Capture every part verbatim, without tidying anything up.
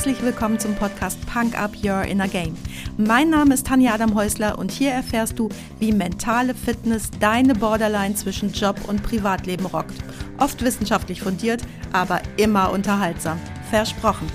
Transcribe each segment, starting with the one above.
herzlich willkommen zum Podcast Punk Up Your Inner Game. Mein Name ist Tanja Adam-Häusler und hier erfährst du, wie mentale Fitness deine Borderline zwischen Job und Privatleben rockt. Oft wissenschaftlich fundiert, aber immer unterhaltsam. Versprochen.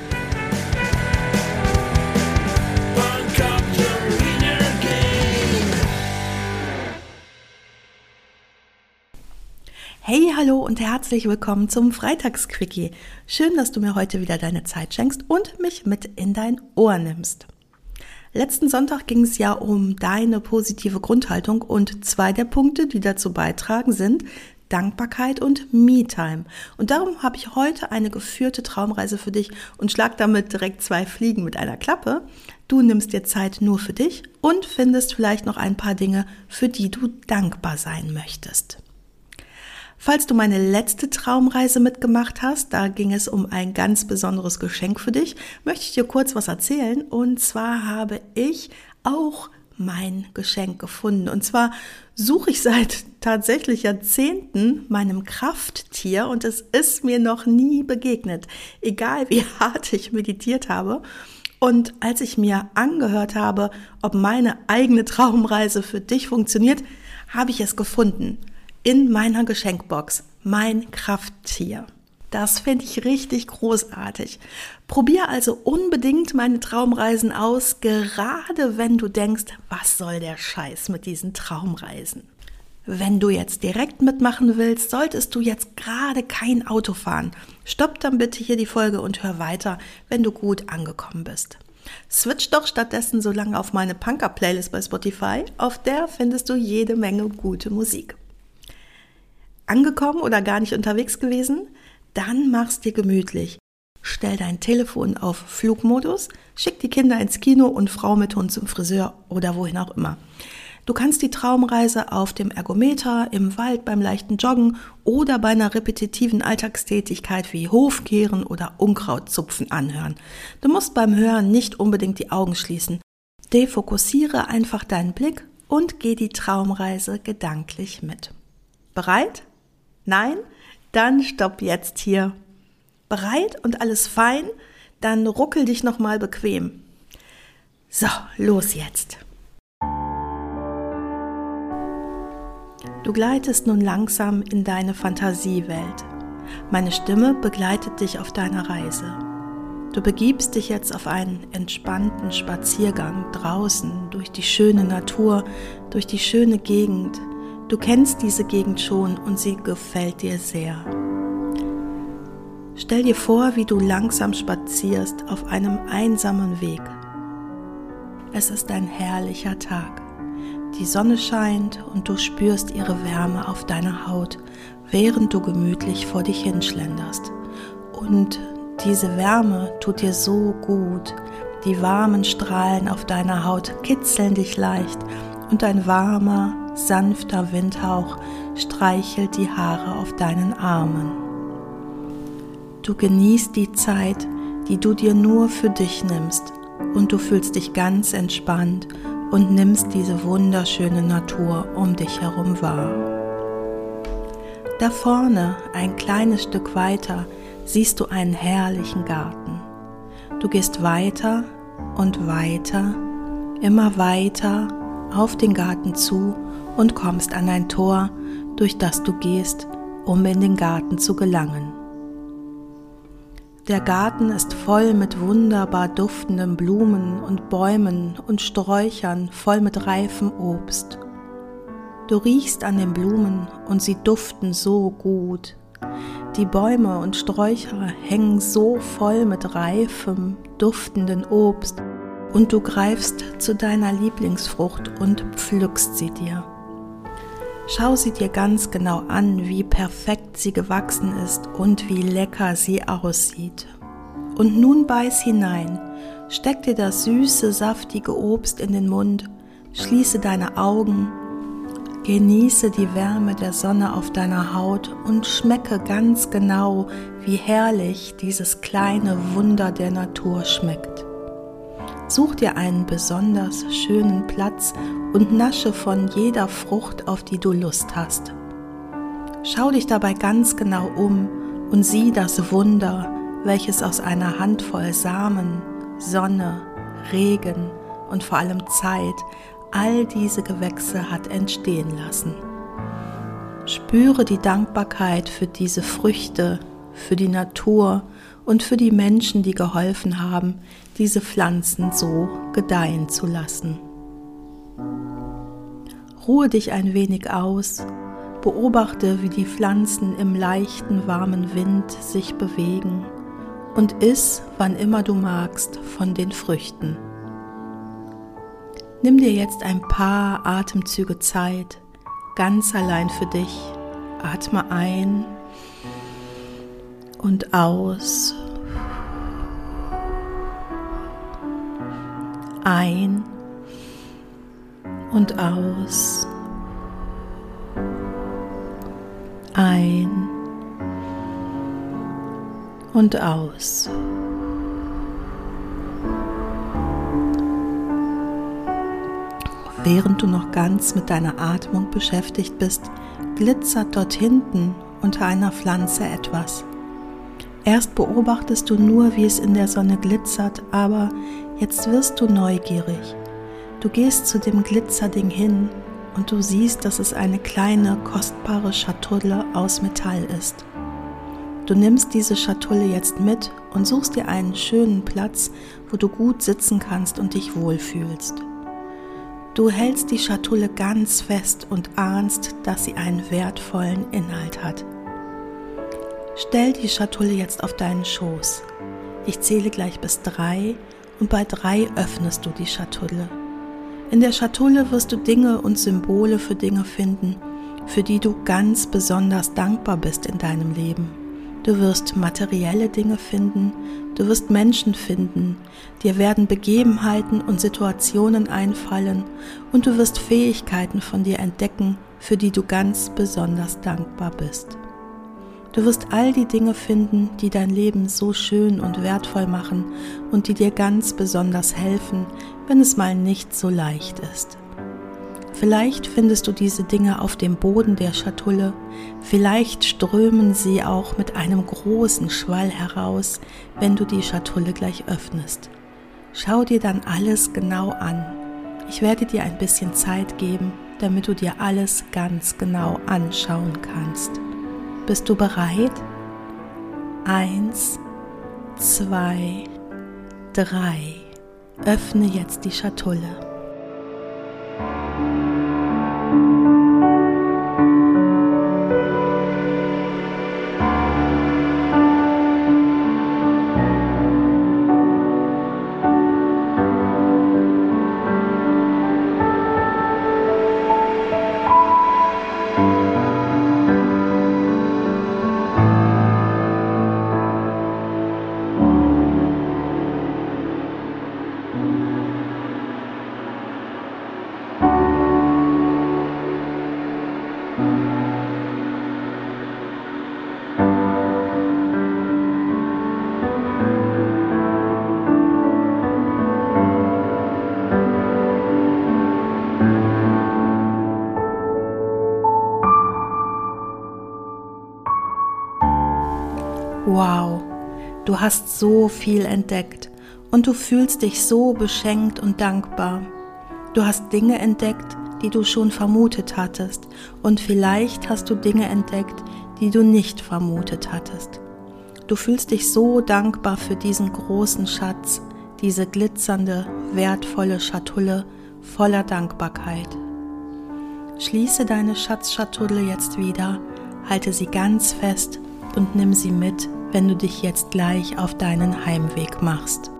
Hey, hallo und herzlich willkommen zum Freitagsquickie. Schön, dass du mir heute wieder deine Zeit schenkst und mich mit in dein Ohr nimmst. Letzten Sonntag ging es ja um deine positive Grundhaltung und zwei der Punkte, die dazu beitragen, sind Dankbarkeit und Me-Time. Und darum habe ich heute eine geführte Traumreise für dich und schlag damit direkt zwei Fliegen mit einer Klappe. Du nimmst dir Zeit nur für dich und findest vielleicht noch ein paar Dinge, für die du dankbar sein möchtest. Falls du meine letzte Traumreise mitgemacht hast, da ging es um ein ganz besonderes Geschenk für dich, möchte ich dir kurz was erzählen. Und zwar habe ich auch mein Geschenk gefunden. Und zwar suche ich seit tatsächlich Jahrzehnten meinem Krafttier und es ist mir noch nie begegnet, egal wie hart ich meditiert habe. Und als ich mir angehört habe, ob meine eigene Traumreise für dich funktioniert, habe ich es gefunden. In meiner Geschenkbox, mein Krafttier. Das finde ich richtig großartig. Probier also unbedingt meine Traumreisen aus, gerade wenn du denkst, was soll der Scheiß mit diesen Traumreisen? Wenn du jetzt direkt mitmachen willst, solltest du jetzt gerade kein Auto fahren. Stopp dann bitte hier die Folge und hör weiter, wenn du gut angekommen bist. Switch doch stattdessen so lange auf meine Punker-Playlist bei Spotify, auf der findest du jede Menge gute Musik. Angekommen oder gar nicht unterwegs gewesen? Dann mach's dir gemütlich. Stell dein Telefon auf Flugmodus, schick die Kinder ins Kino und Frau mit Hund zum Friseur oder wohin auch immer. Du kannst die Traumreise auf dem Ergometer, im Wald beim leichten Joggen oder bei einer repetitiven Alltagstätigkeit wie Hofkehren oder Unkrautzupfen anhören. Du musst beim Hören nicht unbedingt die Augen schließen. Defokussiere einfach deinen Blick und geh die Traumreise gedanklich mit. Bereit? Nein? Dann stopp jetzt hier. Bereit und alles fein? Dann ruckel dich nochmal bequem. So, los jetzt. Du gleitest nun langsam in deine Fantasiewelt. Meine Stimme begleitet dich auf deiner Reise. Du begibst dich jetzt auf einen entspannten Spaziergang draußen durch die schöne Natur, durch die schöne Gegend. Du kennst diese Gegend schon und sie gefällt dir sehr. Stell dir vor, wie du langsam spazierst auf einem einsamen Weg. Es ist ein herrlicher Tag. Die Sonne scheint und du spürst ihre Wärme auf deiner Haut, während du gemütlich vor dich hinschlenderst. Und diese Wärme tut dir so gut. Die warmen Strahlen auf deiner Haut kitzeln dich leicht und ein warmer, sanfter Windhauch streichelt die Haare auf deinen Armen. Du genießt die Zeit, die du dir nur für dich nimmst und du fühlst dich ganz entspannt und nimmst diese wunderschöne Natur um dich herum wahr. Da vorne, ein kleines Stück weiter, siehst du einen herrlichen Garten. Du gehst weiter und weiter, immer weiter auf den Garten zu und kommst an ein Tor, durch das du gehst, um in den Garten zu gelangen. Der Garten ist voll mit wunderbar duftenden Blumen und Bäumen und Sträuchern, voll mit reifem Obst. Du riechst an den Blumen und sie duften so gut. Die Bäume und Sträucher hängen so voll mit reifem, duftenden Obst und du greifst zu deiner Lieblingsfrucht und pflückst sie dir. Schau sie dir ganz genau an, wie perfekt sie gewachsen ist und wie lecker sie aussieht. Und nun beiß hinein, steck dir das süße, saftige Obst in den Mund, schließe deine Augen, genieße die Wärme der Sonne auf deiner Haut und schmecke ganz genau, wie herrlich dieses kleine Wunder der Natur schmeckt. Such dir einen besonders schönen Platz und nasche von jeder Frucht, auf die du Lust hast. Schau dich dabei ganz genau um und sieh das Wunder, welches aus einer Handvoll Samen, Sonne, Regen und vor allem Zeit all diese Gewächse hat entstehen lassen. Spüre die Dankbarkeit für diese Früchte, für die Natur und für die Menschen, die geholfen haben, diese Pflanzen so gedeihen zu lassen. Ruhe dich ein wenig aus, beobachte, wie die Pflanzen im leichten, warmen Wind sich bewegen und iss, wann immer du magst, von den Früchten. Nimm dir jetzt ein paar Atemzüge Zeit, ganz allein für dich. Atme ein und aus. Ein und aus. Ein und aus. Während du noch ganz mit deiner Atmung beschäftigt bist, glitzert dort hinten unter einer Pflanze etwas. Erst beobachtest du nur, wie es in der Sonne glitzert, aber jetzt wirst du neugierig. Du gehst zu dem Glitzerding hin und du siehst, dass es eine kleine, kostbare Schatulle aus Metall ist. Du nimmst diese Schatulle jetzt mit und suchst dir einen schönen Platz, wo du gut sitzen kannst und dich wohlfühlst. Du hältst die Schatulle ganz fest und ahnst, dass sie einen wertvollen Inhalt hat. Stell die Schatulle jetzt auf deinen Schoß. Ich zähle gleich bis drei und bei drei öffnest du die Schatulle. In der Schatulle wirst du Dinge und Symbole für Dinge finden, für die du ganz besonders dankbar bist in deinem Leben. Du wirst materielle Dinge finden, du wirst Menschen finden, dir werden Begebenheiten und Situationen einfallen und du wirst Fähigkeiten von dir entdecken, für die du ganz besonders dankbar bist. Du wirst all die Dinge finden, die dein Leben so schön und wertvoll machen und die dir ganz besonders helfen, wenn es mal nicht so leicht ist. Vielleicht findest du diese Dinge auf dem Boden der Schatulle, vielleicht strömen sie auch mit einem großen Schwall heraus, wenn du die Schatulle gleich öffnest. Schau dir dann alles genau an. Ich werde dir ein bisschen Zeit geben, damit du dir alles ganz genau anschauen kannst. Bist du bereit? Eins, zwei, drei. Öffne jetzt die Schatulle. Wow, du hast so viel entdeckt und du fühlst dich so beschenkt und dankbar. Du hast Dinge entdeckt, die du schon vermutet hattest und vielleicht hast du Dinge entdeckt, die du nicht vermutet hattest. Du fühlst dich so dankbar für diesen großen Schatz, diese glitzernde, wertvolle Schatulle voller Dankbarkeit. Schließe deine Schatzschatulle jetzt wieder, halte sie ganz fest und nimm sie mit, wenn du dich jetzt gleich auf deinen Heimweg machst.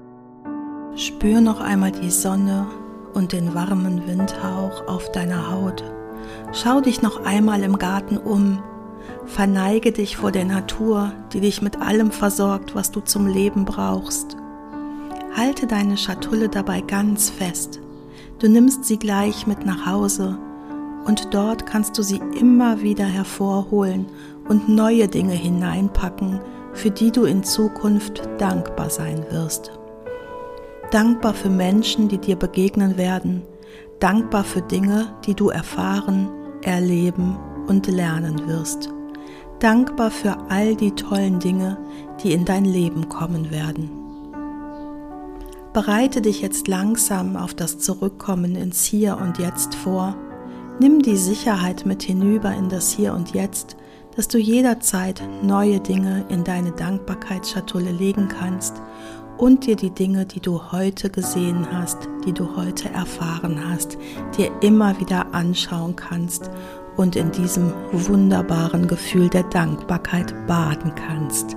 Spür noch einmal die Sonne und den warmen Windhauch auf deiner Haut. Schau dich noch einmal im Garten um. Verneige dich vor der Natur, die dich mit allem versorgt, was du zum Leben brauchst. Halte deine Schatulle dabei ganz fest. Du nimmst sie gleich mit nach Hause und dort kannst du sie immer wieder hervorholen und neue Dinge hineinpacken, für die du in Zukunft dankbar sein wirst. Dankbar für Menschen, die dir begegnen werden, dankbar für Dinge, die du erfahren, erleben und lernen wirst. dankbar für all die tollen Dinge, die in dein Leben kommen werden. Bereite dich jetzt langsam auf das Zurückkommen ins Hier und Jetzt vor. Nimm die Sicherheit mit hinüber in das Hier und Jetzt, dass du jederzeit neue Dinge in deine Dankbarkeitsschatulle legen kannst und dir die Dinge, die du heute gesehen hast, die du heute erfahren hast, dir immer wieder anschauen kannst und in diesem wunderbaren Gefühl der Dankbarkeit baden kannst.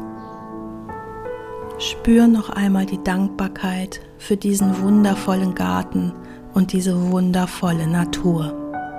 Spür noch einmal die Dankbarkeit für diesen wundervollen Garten und diese wundervolle Natur.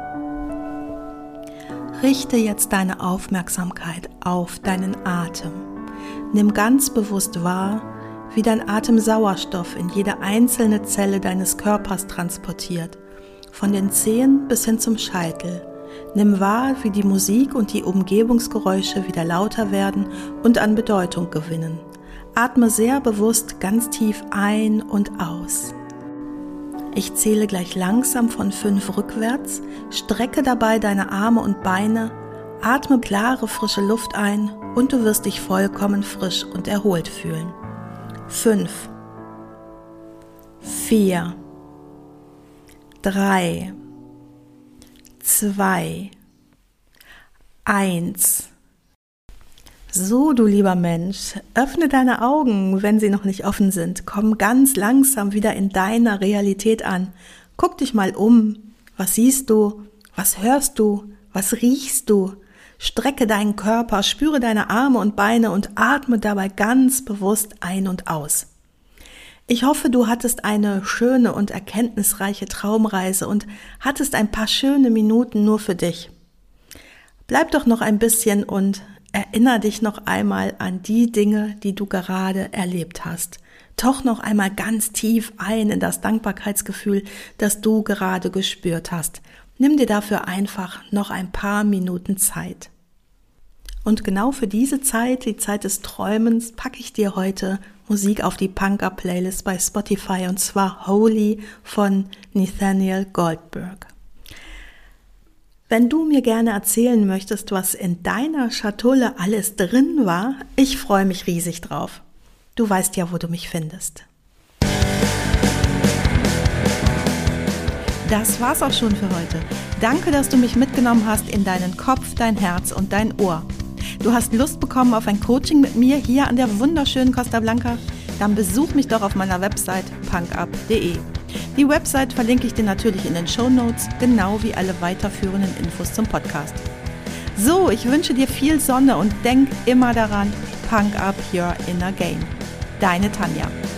Richte jetzt deine Aufmerksamkeit auf deinen Atem. Nimm ganz bewusst wahr, wie dein Atem Sauerstoff in jede einzelne Zelle deines Körpers transportiert, von den Zehen bis hin zum Scheitel. Nimm wahr, wie die Musik und die Umgebungsgeräusche wieder lauter werden und an Bedeutung gewinnen. Atme sehr bewusst ganz tief ein und aus. Ich zähle gleich langsam von fünf rückwärts, strecke dabei deine Arme und Beine, atme klare, frische Luft ein und du wirst dich vollkommen frisch und erholt fühlen. Fünf, vier, drei, zwei, eins. So, du lieber Mensch, öffne deine Augen, wenn sie noch nicht offen sind. Komm ganz langsam wieder in deiner Realität an. Guck dich mal um. Was siehst du? Was hörst du? Was riechst du? Strecke deinen Körper, spüre deine Arme und Beine und atme dabei ganz bewusst ein und aus. Ich hoffe, du hattest eine schöne und erkenntnisreiche Traumreise und hattest ein paar schöne Minuten nur für dich. Bleib doch noch ein bisschen und erinnere dich noch einmal an die Dinge, die du gerade erlebt hast. Tauch noch einmal ganz tief ein in das Dankbarkeitsgefühl, das du gerade gespürt hast. Nimm dir dafür einfach noch ein paar Minuten Zeit. Und genau für diese Zeit, die Zeit des Träumens, packe ich dir heute Musik auf die Punk-Up-Playlist bei Spotify, und zwar Holy von Nathaniel Goldberg. Wenn du mir gerne erzählen möchtest, was in deiner Schatulle alles drin war, ich freue mich riesig drauf. Du weißt ja, wo du mich findest. Das war's auch schon für heute. Danke, dass du mich mitgenommen hast in deinen Kopf, dein Herz und dein Ohr. Du hast Lust bekommen auf ein Coaching mit mir hier an der wunderschönen Costa Blanca? Dann besuch mich doch auf meiner Website punkup punkt de. Die Website verlinke ich dir natürlich in den Shownotes, genau wie alle weiterführenden Infos zum Podcast. So, ich wünsche dir viel Sonne und denk immer daran, Punk up your inner game. Deine Tanja.